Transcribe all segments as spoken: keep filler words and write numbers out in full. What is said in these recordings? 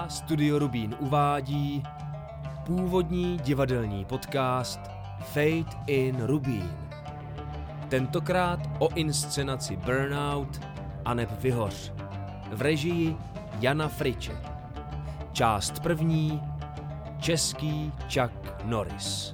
Studio Rubín uvádí původní divadelní podcast Fate in Rubín. Tentokrát o inscenaci Burnout aneb Vyhoř v režii Jana Friče. Část první, český Chuck Norris.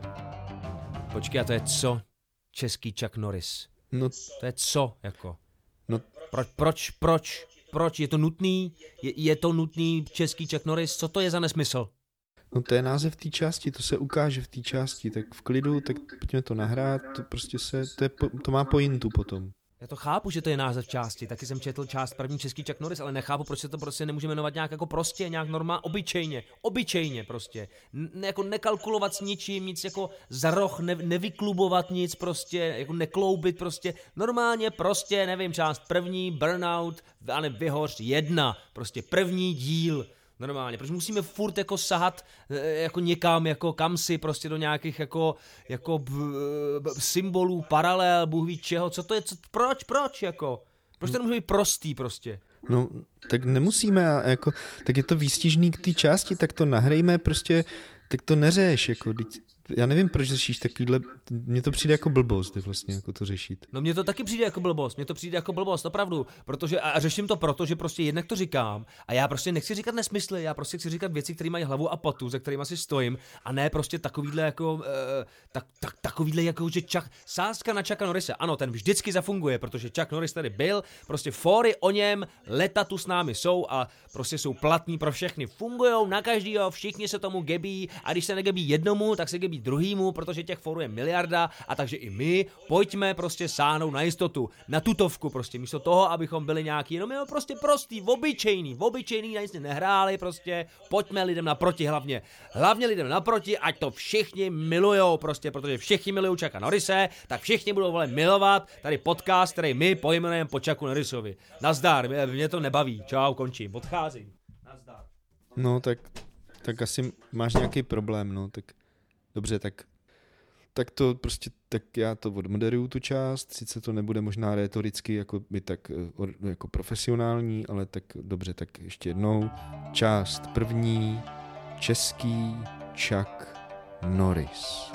Počkej, a to je co? Český Chuck Norris. No, To je co, jako? no, Proč, proč, proč, proč? Je to nutný? Je, je to nutný český Chuck Norris? Co to je za nesmysl? no to je název té části, to se ukáže v té části, tak v klidu, tak pojďme to nahrát, to prostě se, to, je, po- to má pointu potom. Já to chápu, že to je název části, taky jsem četl část první český Chuck Norris, ale nechápu, proč se to prostě nemůže jmenovat nějak jako prostě, nějak normálně, obyčejně, obyčejně prostě. Ne, jako nekalkulovat s ničím, nic jako za roh, ne, nevyklubovat nic prostě, jako nekloubit prostě, normálně prostě, nevím, část první, Burnout, ale Vyhoř jedna, prostě první díl. Normálně, protože musíme furt jako sahat e, jako někam, jako kam si prostě do nějakých jako, jako b, b, symbolů, paralel, bůh ví čeho, co to je, co, proč, proč jako, proč to nemůže být prostý prostě. No, tak nemusíme, a jako, tak je to výstižný k té části, tak to nahrejme prostě, tak to neřeš, jako, teď, já nevím, proč řešíš takovýhle, mně to přijde jako blbost, vlastně, jako to řešit. No mně to taky přijde jako blbost, mně to přijde jako blbost, opravdu, protože a řeším to proto, že prostě jednak to říkám a já prostě nechci říkat nesmysly, já prostě chci říkat věci, které mají hlavu a patu, za kterými si stojím a ne prostě takovýhle jako, uh, tak, tak, takovýhle jako, že Chuck, sázka na Chucka Norrise, ano, ten vždycky zafunguje, protože Chuck Norris tady byl, prostě fóry o něm, leta tu s námi jsou a prostě jsou platní pro všechny, fungujou na každýho, všichni se tomu gebí a když se negebí jednomu, tak se gebí druhýmu, protože těch fórů je miliarda a takže i my pojďme prostě sáhnout na jistotu, na tutovku prostě, místo toho, abychom byli nějaký, no my prostě prostý, obyčejný, obyčejný, na nic nehráli prostě, pojďme lidem naproti hlavně, hlavně lidem naproti, ať to všichni milujou prostě, protože všichni milují Chucka Norrise, tak všichni budou vole milovat tady podcast, který my pojmenujeme po Chucku Norrisovi. Nazdar, mě, mě to nebaví, čau, končím, odcházím. Nazdar. No, tak, tak asi máš nějaký problém, no, tak dobře, tak tak to prostě, tak já to odmoderuju tu část, sice to nebude možná rétoricky jako by tak jako profesionální, ale tak dobře, tak ještě jednou. Část první, český Chuck Norris.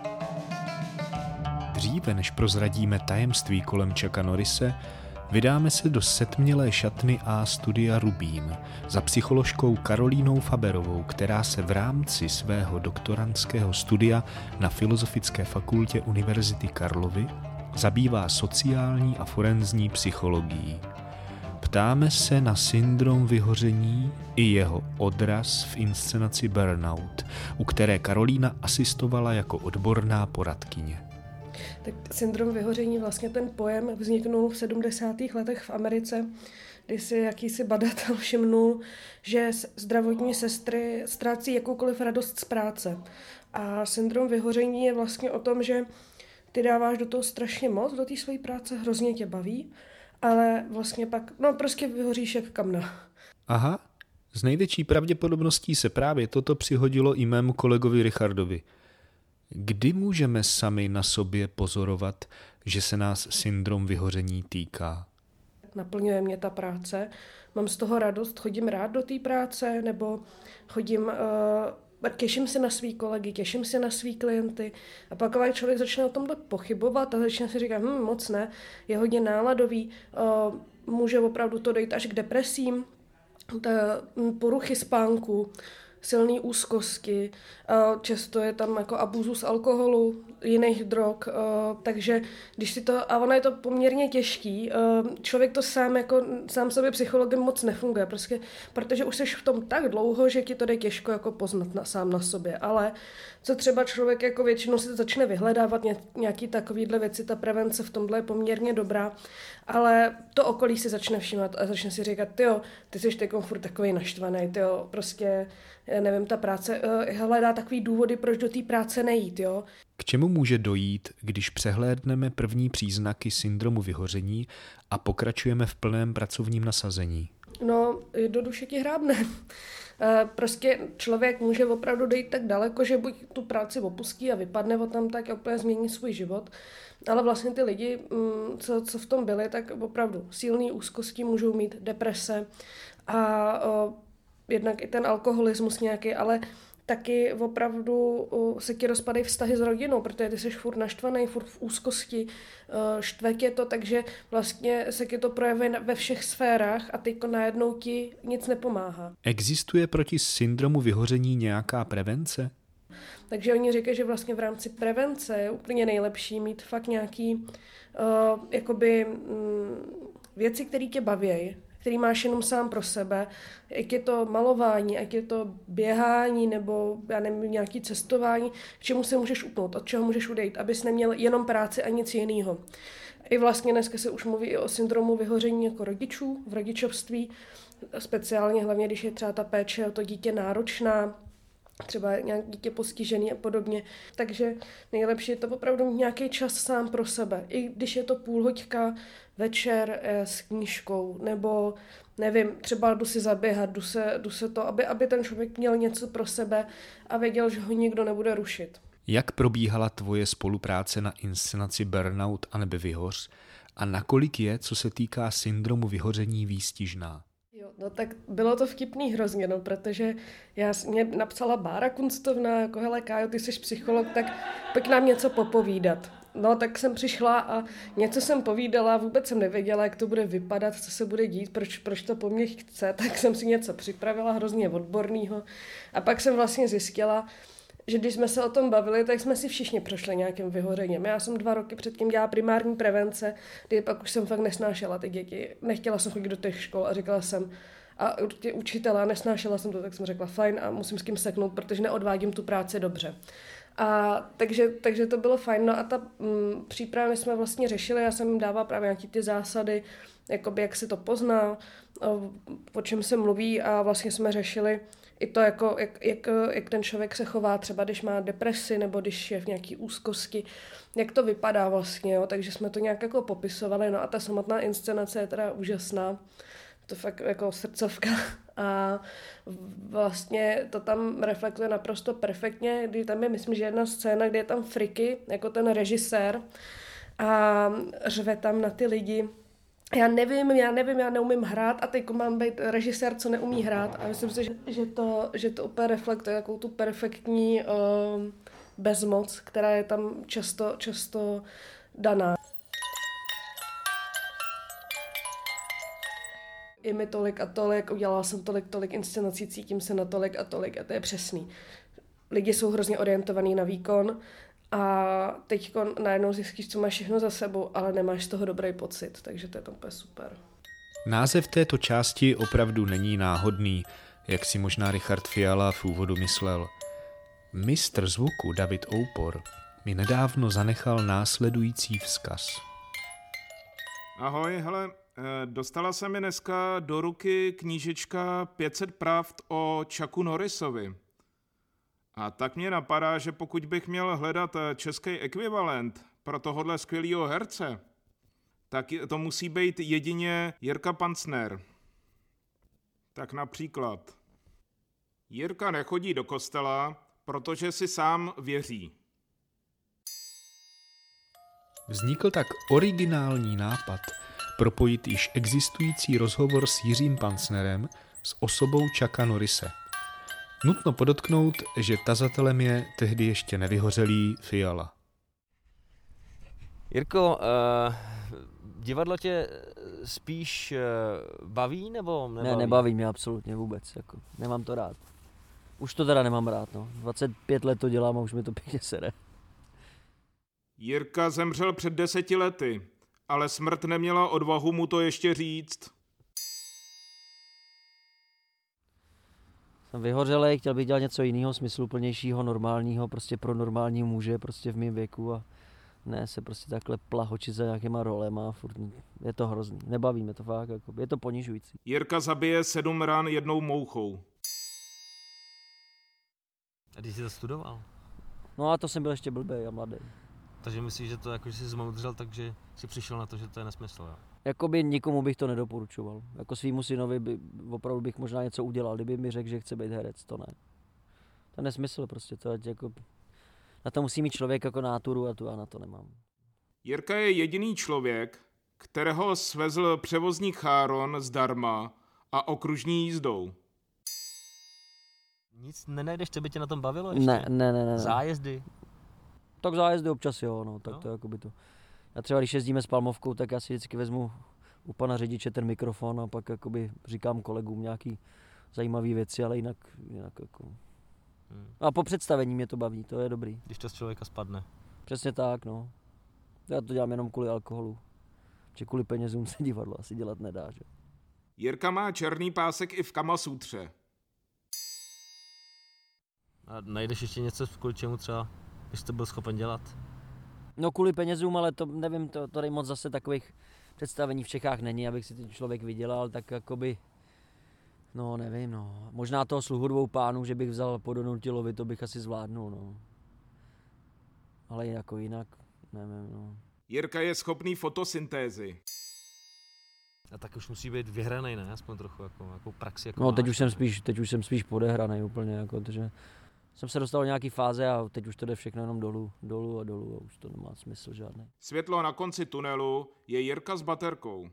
Dříve než prozradíme tajemství kolem Chucka Norrise, vydáme se do setmělé šatny A Studia Rubín za psycholožkou Karolínou Faberovou, která se v rámci svého doktorandského studia na Filozofické fakultě Univerzity Karlovy zabývá sociální a forenzní psychologií. Ptáme se na syndrom vyhoření i jeho odraz v inscenaci Burnout, u které Karolína asistovala jako odborná poradkyně. Tak syndrom vyhoření, vlastně ten pojem vzniknul v sedmdesátých letech v Americe, kdy si jakýsi badatel všimnul, že zdravotní sestry ztrácí jakoukoliv radost z práce. A syndrom vyhoření je vlastně o tom, že ty dáváš do toho strašně moc, do té své práce, hrozně tě baví, ale vlastně pak, no prostě vyhoříš jak kamna. Aha, s největší pravděpodobností se právě toto přihodilo i mému kolegovi Richardovi. Kdy můžeme sami na sobě pozorovat, že se nás syndrom vyhoření týká? Naplňuje mě ta práce, mám z toho radost, chodím rád do té práce, nebo chodím, uh, těším se na svý kolegy, těším se na svý klienty a pak ale člověk začne o tomhle pochybovat a začne si říkat, hm, moc ne, je hodně náladový, uh, může opravdu to dojít až k depresím, ta, poruchy spánku, silné úzkosti, často je tam jako abuzus alkoholu, jiných drog, takže když si to, a ono je to poměrně těžký, člověk to sám jako, sám sobě psychologem moc nefunguje, prostě, protože už jsi v tom tak dlouho, že ti to jde těžko jako poznat na, sám na sobě, ale co třeba člověk jako většinou si to začne vyhledávat, nějaký takovýhle věci, ta prevence v tomhle je poměrně dobrá, ale to okolí si začne všímat a začne si říkat, tyjo, ty jsi teď furt takovej naštvaný, tyjo, prostě, nevím, ta práce uh, hledá takový důvody, proč do té práce nejít, jo. K čemu může dojít, když přehlédneme první příznaky syndromu vyhoření a pokračujeme v plném pracovním nasazení? No, do duše ti hrábne. Prostě člověk může opravdu dojít tak daleko, že buď tu práci opustí a vypadne od tam, tak úplně změní svůj život. Ale vlastně ty lidi, co, co v tom byli, tak opravdu silné úzkosti můžou mít deprese a jednak i ten alkoholismus nějaký, ale taky opravdu se ti rozpadají vztahy s rodinou, protože ty jsi furt naštvaný, furt v úzkosti, štve tě to, takže vlastně se ti to projevuje ve všech sférách a teď najednou ti nic nepomáhá. Existuje proti syndromu vyhoření nějaká prevence? Takže oni říkají, že vlastně v rámci prevence je úplně nejlepší mít fakt nějaký uh, jakoby um, věci, které tě baví, který máš jenom sám pro sebe, jak je to malování, jak je to běhání nebo já nevím, nějaký cestování, k čemu se můžeš upnout, od čeho můžeš odejít, abys neměl jenom práci a nic jiného. I vlastně dneska se už mluví i o syndromu vyhoření jako rodičů v rodičovství, speciálně hlavně, když je třeba ta péče o to dítě náročná, třeba nějak dítě postižený a podobně. Takže nejlepší je to opravdu mít nějaký čas sám pro sebe. I když je to půl hoďka večer s knížkou, nebo nevím, třeba jdu si zaběhat, jdu se, jdu se to, aby, aby ten člověk měl něco pro sebe a věděl, že ho nikdo nebude rušit. Jak probíhala tvoje spolupráce na inscenaci Burnout a nebe Vyhoř a nakolik je, co se týká syndromu vyhoření, výstižná? Jo, no tak bylo to vtipný hrozně, no, protože já mě napsala Bára Kunstovna, jako hele Kájo, ty jsi psycholog, tak pojď nám něco popovídat. No, tak jsem přišla a něco jsem povídala, vůbec jsem nevěděla, jak to bude vypadat, co se bude dít, proč, proč to po mně chce, tak jsem si něco připravila hrozně odborného. A pak jsem vlastně zjistila, že když jsme se o tom bavili, tak jsme si všichni prošli nějakým vyhořením. Já jsem dva roky předtím dělala primární prevence, kdy pak už jsem fakt nesnášela ty děti. Nechtěla jsem chodit do těch škol a říkala jsem, a tě učitela, nesnášela jsem to, tak jsem řekla fajn a musím s kým seknout, protože neodvádím tu práci dobře. A takže, takže to bylo fajn. No a ta m, příprava jsme vlastně řešili, já jsem jim dávala právě nějaký ty zásady, jakoby jak se to pozná, o, o čem se mluví a vlastně jsme řešili i to, jako, jak, jak, jak ten člověk se chová, třeba když má depresi nebo když je v nějaký úzkosti, jak to vypadá vlastně, jo? Takže jsme to nějak jako popisovali, no a ta samotná inscenace je teda úžasná, to fakt jako srdcovka a vlastně to tam reflektuje naprosto perfektně, kdy tam je, myslím, že jedna scéna, kde je tam Friky, jako ten režisér a řve tam na ty lidi. Já nevím, já nevím, já neumím hrát a teď mám být režisér, co neumí hrát a myslím si, že, že, to, že to úplně reflektuje jakou tu perfektní uh, bezmoc, která je tam často, často daná. Je mi tolik a tolik, udělala jsem tolik, tolik inscenací, cítím se na tolik a tolik a to je přesný. Lidi jsou hrozně orientovaní na výkon a teď najednou zjistíš, co máš všechno za sebou, ale nemáš z toho dobrý pocit, takže to je to úplně super. Název této části opravdu není náhodný, jak si možná Richard Fiala v úvodu myslel. Mistr zvuku David Oupor mi nedávno zanechal následující vzkaz. Ahoj, hele, dostala se mi dneska do ruky knížečka pět set pravd o Chucku Norrisovi. A tak mě napadá, že pokud bych měl hledat český ekvivalent pro tohohle skvělýho herce, tak to musí být jedině Jirka Pancner. Tak například. Jirka nechodí do kostela, protože si sám věří. Vznikl tak originální nápad propojit již existující rozhovor s Jiřím Pancnerem s osobou Chucka Norrise. Nutno podotknout, že tazatelem je tehdy ještě nevyhořelý Fiala. Jirko, uh, divadlo tě spíš uh, baví nebo nebaví? Ne, nebaví mě absolutně vůbec, jako, nemám to rád. Už to teda nemám rád, no. dvacet pět let to dělám a už mi to pěkně sere. Jirka zemřel před deseti lety, ale smrt neměla odvahu mu to ještě říct. Jsem vyhořelej, chtěl bych dělat něco jiného, smysluplnějšího, normálního, prostě pro normální muže, prostě v mém věku a ne se prostě takhle plahočit za nějakýma rolema, furt je to hrozný, nebaví mě to fakt, jako, je to ponižující. Jirka zabije sedm ran jednou mouchou. A když jsi to studoval? No a to jsem byl ještě blbej a mladý. Takže myslíš, že to jako, že jsi zmoudřel, takže jsi přišel na to, že to je nesmysl, jo? Jakoby nikomu bych to nedoporučoval. Jako svýmu synovi by, opravdu bych možná něco udělal, kdyby mi řekl, že chce být herec, to ne. To je nesmysl prostě, to je jako, na to musí mít člověk jako náturu a tu já na to nemám. Jirka je jediný člověk, kterého svezl převozník Cháron zdarma a okružní jízdou. Nic nenajdeš, co by tě na tom bavilo ještě? Ne, ne, ne, ne. Zájezdy? Tak zájezdy občas jo, no, tak no. to je jakoby to. Já třeba, když jezdíme s Palmovkou, tak já si vždycky vezmu u pana řidiče ten mikrofon a pak jakoby říkám kolegům nějaký zajímavé věci, ale jinak, jinak jako... Hmm. A po představení mě to baví, to je dobrý. Když to z člověka spadne. Přesně tak, no. Já to dělám jenom kvůli alkoholu. Že kvůli penězům se divadlo asi dělat nedá, že? Jirka má černý pásek i v Kamasutře. A najdeš ještě něco, kvůli čemu třeba bys to byl schopen dělat? No kvůli penězům, ale to nevím, to tady moc zase takových představení v Čechách není, abych si ten člověk vydělal, tak jakoby, no nevím, no. Možná toho Sluhu dvou pánů, že bych vzal po Donutilovi, to bych asi zvládnul, no. Ale jako jinak, nevím, no. Jirka je schopný fotosyntézy. A tak už musí být vyhranej, ne? Aspoň trochu, jako, jako praxi. Jako no máš, teď už, jsem spíš, teď už jsem spíš podehranej úplně, jako, takže jsem se dostal do nějaký fáze a teď už to jde všechno jenom dolů, dolů a dolů a už to nemá smysl žádný. Světlo na konci tunelu je Jirka s baterkou.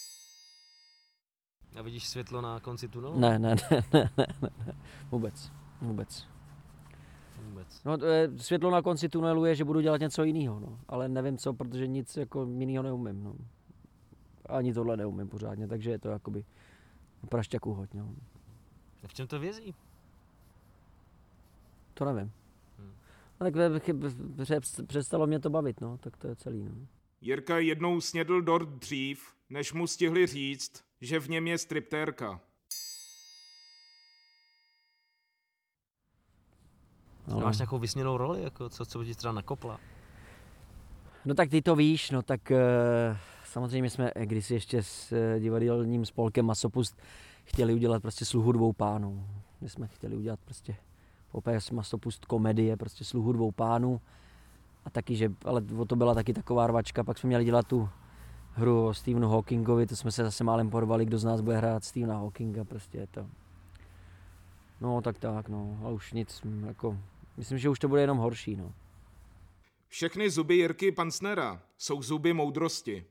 A vidíš světlo na konci tunelu? Ne, ne, ne, ne, ne, ne. Vůbec, vůbec. Vůbec. No, světlo na konci tunelu je, že budu dělat něco jiného, no. Ale nevím co, protože nic jako jiného neumím, no. Ani tohle neumím pořádně, takže je to jakoby prašťaku hoď, no. A v čem to vězí? To nevím. Hmm. No, tak přestalo mě to bavit, no, tak to je celý, no. Jirka jednou snědl dort dřív, než mu stihli říct, že v něm je striptérka. Ale... Máš nějakou vysněnou roli, jako co, co by ti třeba nakopla? No tak ty to víš, no tak uh, samozřejmě jsme kdysi ještě s uh, divadelním spolkem Masopust chtěli udělat prostě Sluhu dvou pánů. My jsme chtěli udělat prostě opět Masopust komedie, prostě Sluhu dvou pánů. A taky, že, ale to byla taky taková rvačka, pak jsme měli dělat tu hru o Stephenu Hawkingovi, to jsme se zase málem porvali, kdo z nás bude hrát Stephena Hawkinga, prostě je to. No tak tak, no, a už nic, jako, myslím, že už to bude jenom horší, no. Všechny zuby Jirky Pansnera jsou zuby moudrosti.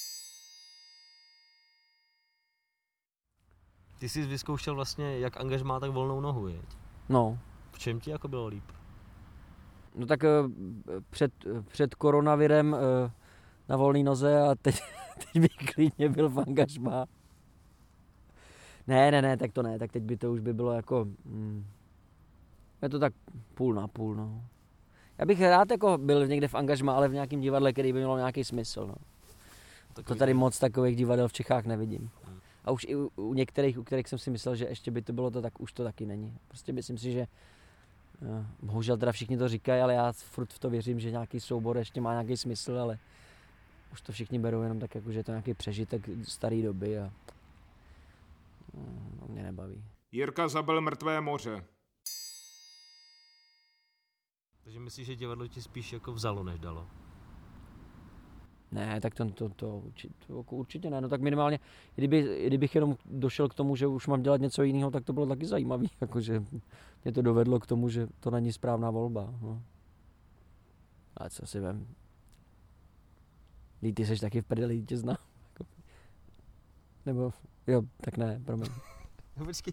Ty jsi vyzkoušel vlastně jak angažmá, tak volnou nohu, jeď? No. V čem ti jako bylo líp? No tak před, před koronavirem na volné noze a teď, teď bych klidně byl v angažmá. Ne, ne, ne, tak to ne, tak teď by to už by bylo jako, mm, je to tak půl na půl, no. Já bych rád jako byl někde v angažmá, ale v nějakém divadle, který by mělo nějaký smysl, no. To tady moc takových divadel v Čechách nevidím. A už i u, u některých, u kterých jsem si myslel, že ještě by to bylo to, tak už to taky není. Prostě myslím si, že no, bohužel teda všichni to říkají, ale já furt v to věřím, že nějaký soubor ještě má nějaký smysl, ale už to všichni berou jenom tak, jako, že je to nějaký přežitek staré doby a no, mě nebaví. Jirka zabil mrtvé moře. Takže myslíš, že divadlo ti spíš jako vzalo, než dalo? Ne, tak to, to, to, určitě, to určitě ne, no tak minimálně, kdyby, kdybych jenom došel k tomu, že už mám dělat něco jiného, tak to bylo taky zajímavé, jakože mě to dovedlo k tomu, že to není správná volba, no. Ale co si vem. Ty seš taky v prdeli, tě znám. Nebo, jo, tak ne, promiň. Počkej.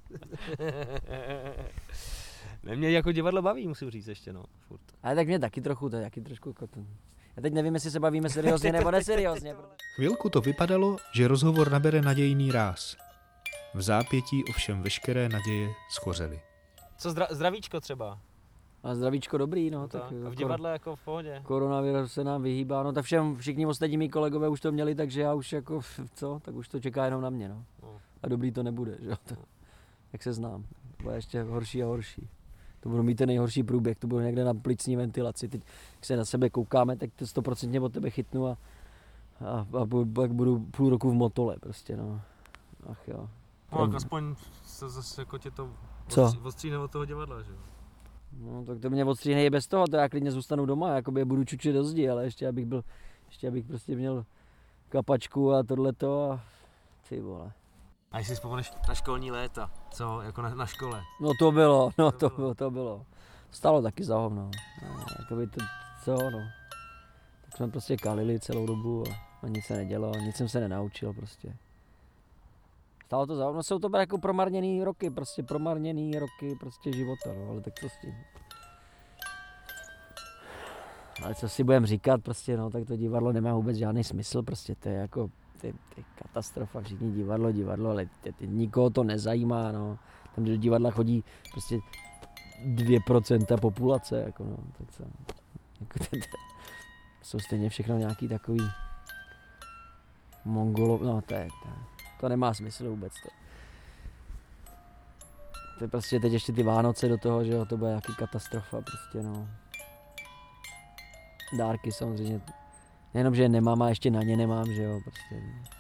Ne, mě jako divadlo baví, musím říct ještě, no, furt. Ale tak mě taky trochu, to je taky trošku jako to. Já teď nevím, jestli se bavíme seriózně nebo neseriózně. Chvilku to vypadalo, že rozhovor nabere nadějný ráz. V zápětí ovšem veškeré naděje schořely. Co zdra- zdravíčko třeba? A zdravíčko dobrý, no. Tak, tak a v divadle jako v pohodě. Koronavirus se nám vyhýbá, no tak všem, všichni ostatní mý kolegové už to měli, takže já už jako, co, tak už to čeká jenom na mě, no. no. A dobrý to nebude, že jo, to, jak se znám, to bude ještě horší a horší. To budu mít ten nejhorší průběh, to budu někde na plicní ventilaci, teď, když se na sebe koukáme, tak to stoprocentně od tebe chytnu a, a, a pak budu půl roku v motole prostě, no. Ach jo. No, tak aspoň se zase jako tě to odstříhne od toho divadla, že jo. No, tak to mě odstříhne i bez toho, to já klidně zůstanu doma, jakoby budu čučit do zdi, ale ještě abych byl, ještě abych prostě měl kapačku a tohleto a ty vole. A jestli vzpomeneš na školní léta, co, jako na, na škole? No to bylo, no to, to bylo, to bylo. Stalo taky za hovno, no, jakoby to, co no. Tak jsme prostě kalili celou dobu a, a nic se nedělo, nic jsem se nenaučil prostě. Stálo to za, no jsou to jako promarněný roky, prostě promarněný roky prostě života, no, ale tak co s tím. Ale co si budem říkat, prostě, no, tak to divadlo nemá vůbec žádný smysl, prostě to je jako, ty, ty katastrofa, všichni divadlo, divadlo, ale ty, ty, nikoho to nezajímá, no. Tam do divadla chodí prostě dvě procenta populace, jako no, tak co, jako ty, ty, jsou stejně všechno nějaký takový mongolo, no to je, to, to nemá smysl vůbec, to. To je prostě teď ještě ty Vánoce do toho, že jo, to bude nějaký katastrofa, prostě, no. Dárky samozřejmě, nejenom, že je nemám, a ještě na ně nemám, že jo, prostě.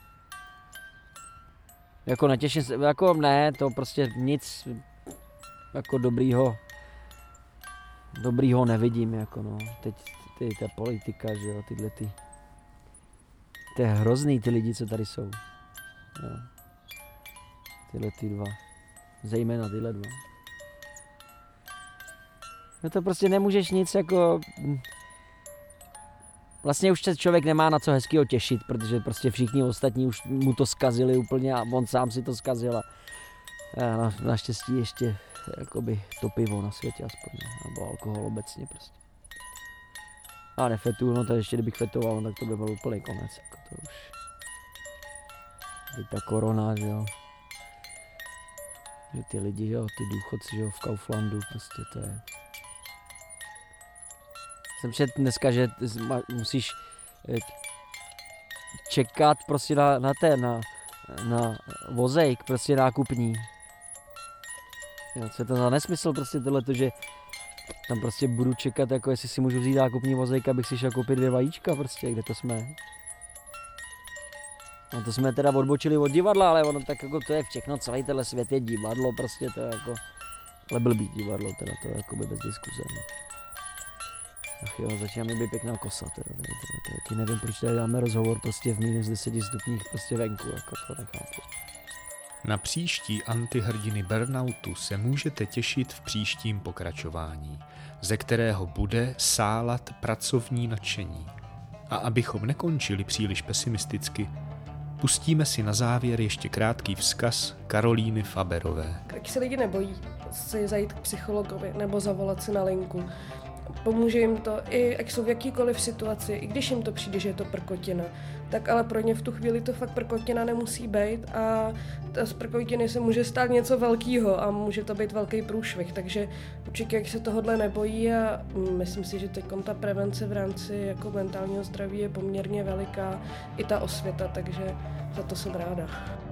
Jako natěším se, jako ne, to prostě nic jako dobrýho, dobrýho nevidím, jako no, teď ty, ta politika, že jo, tyhle ty, to je hrozný ty lidi, co tady jsou, jo. Tyhle ty dva, zejména tyhle dva. No to prostě nemůžeš nic jako... Vlastně už se člověk nemá na co hezkýho těšit, protože prostě všichni ostatní už mu to zkazili úplně a on sám si to zkazil a na, naštěstí ještě jakoby to pivo na světě aspoň, nebo alkohol obecně prostě. A nefetuju, no to ještě kdybych fetoval, no, tak to by byl úplný konec, jako to už. Teď ta korona, že jo. Že ty lidi, že jo, ty důchodci, že jo, v Kauflandu, prostě to je. Jsem četl dneska, že musíš čekat prostě na, na ten, na, na vozejk, prostě nákupní. Jo, co je to za nesmysl prostě tohleto, že tam prostě budu čekat, jako jestli si můžu vzít nákupní vozejk, abych si šel koupit dvě vajíčka prostě, kde to jsme. No to jsme teda odbočili od divadla, ale ono tak jako to je všechno, celý tenhle svět je divadlo, prostě to je jako, ale blbý divadlo, teda to je jako bez diskuze. No. Ach jo, začíná mi být pěkná kosa, teda, teda, teda, teda, nevím, proč tady dáme rozhovor prostě v minus deseti stupních prostě venku, jako to nechápu. Na příští antihrdiny Burnoutu se můžete těšit v příštím pokračování, ze kterého bude sálat pracovní nadšení. A abychom nekončili příliš pesimisticky, pustíme si na závěr ještě krátký vzkaz Karolíny Faberové. Jak se lidi nebojí si zajít k psychologovi nebo zavolat si na linku. Pomůže jim to, i ať jsou v jakýkoliv situaci, i když jim to přijde, že je to prkotina, tak ale pro ně v tu chvíli to fakt prkotina nemusí být a z prkotiny se může stát něco velkého a může to být velký průšvih, takže určitě jak se tohodle nebojí a myslím si, že teď ta prevence v rámci jako mentálního zdraví je poměrně veliká, i ta osvěta, takže za to jsem ráda.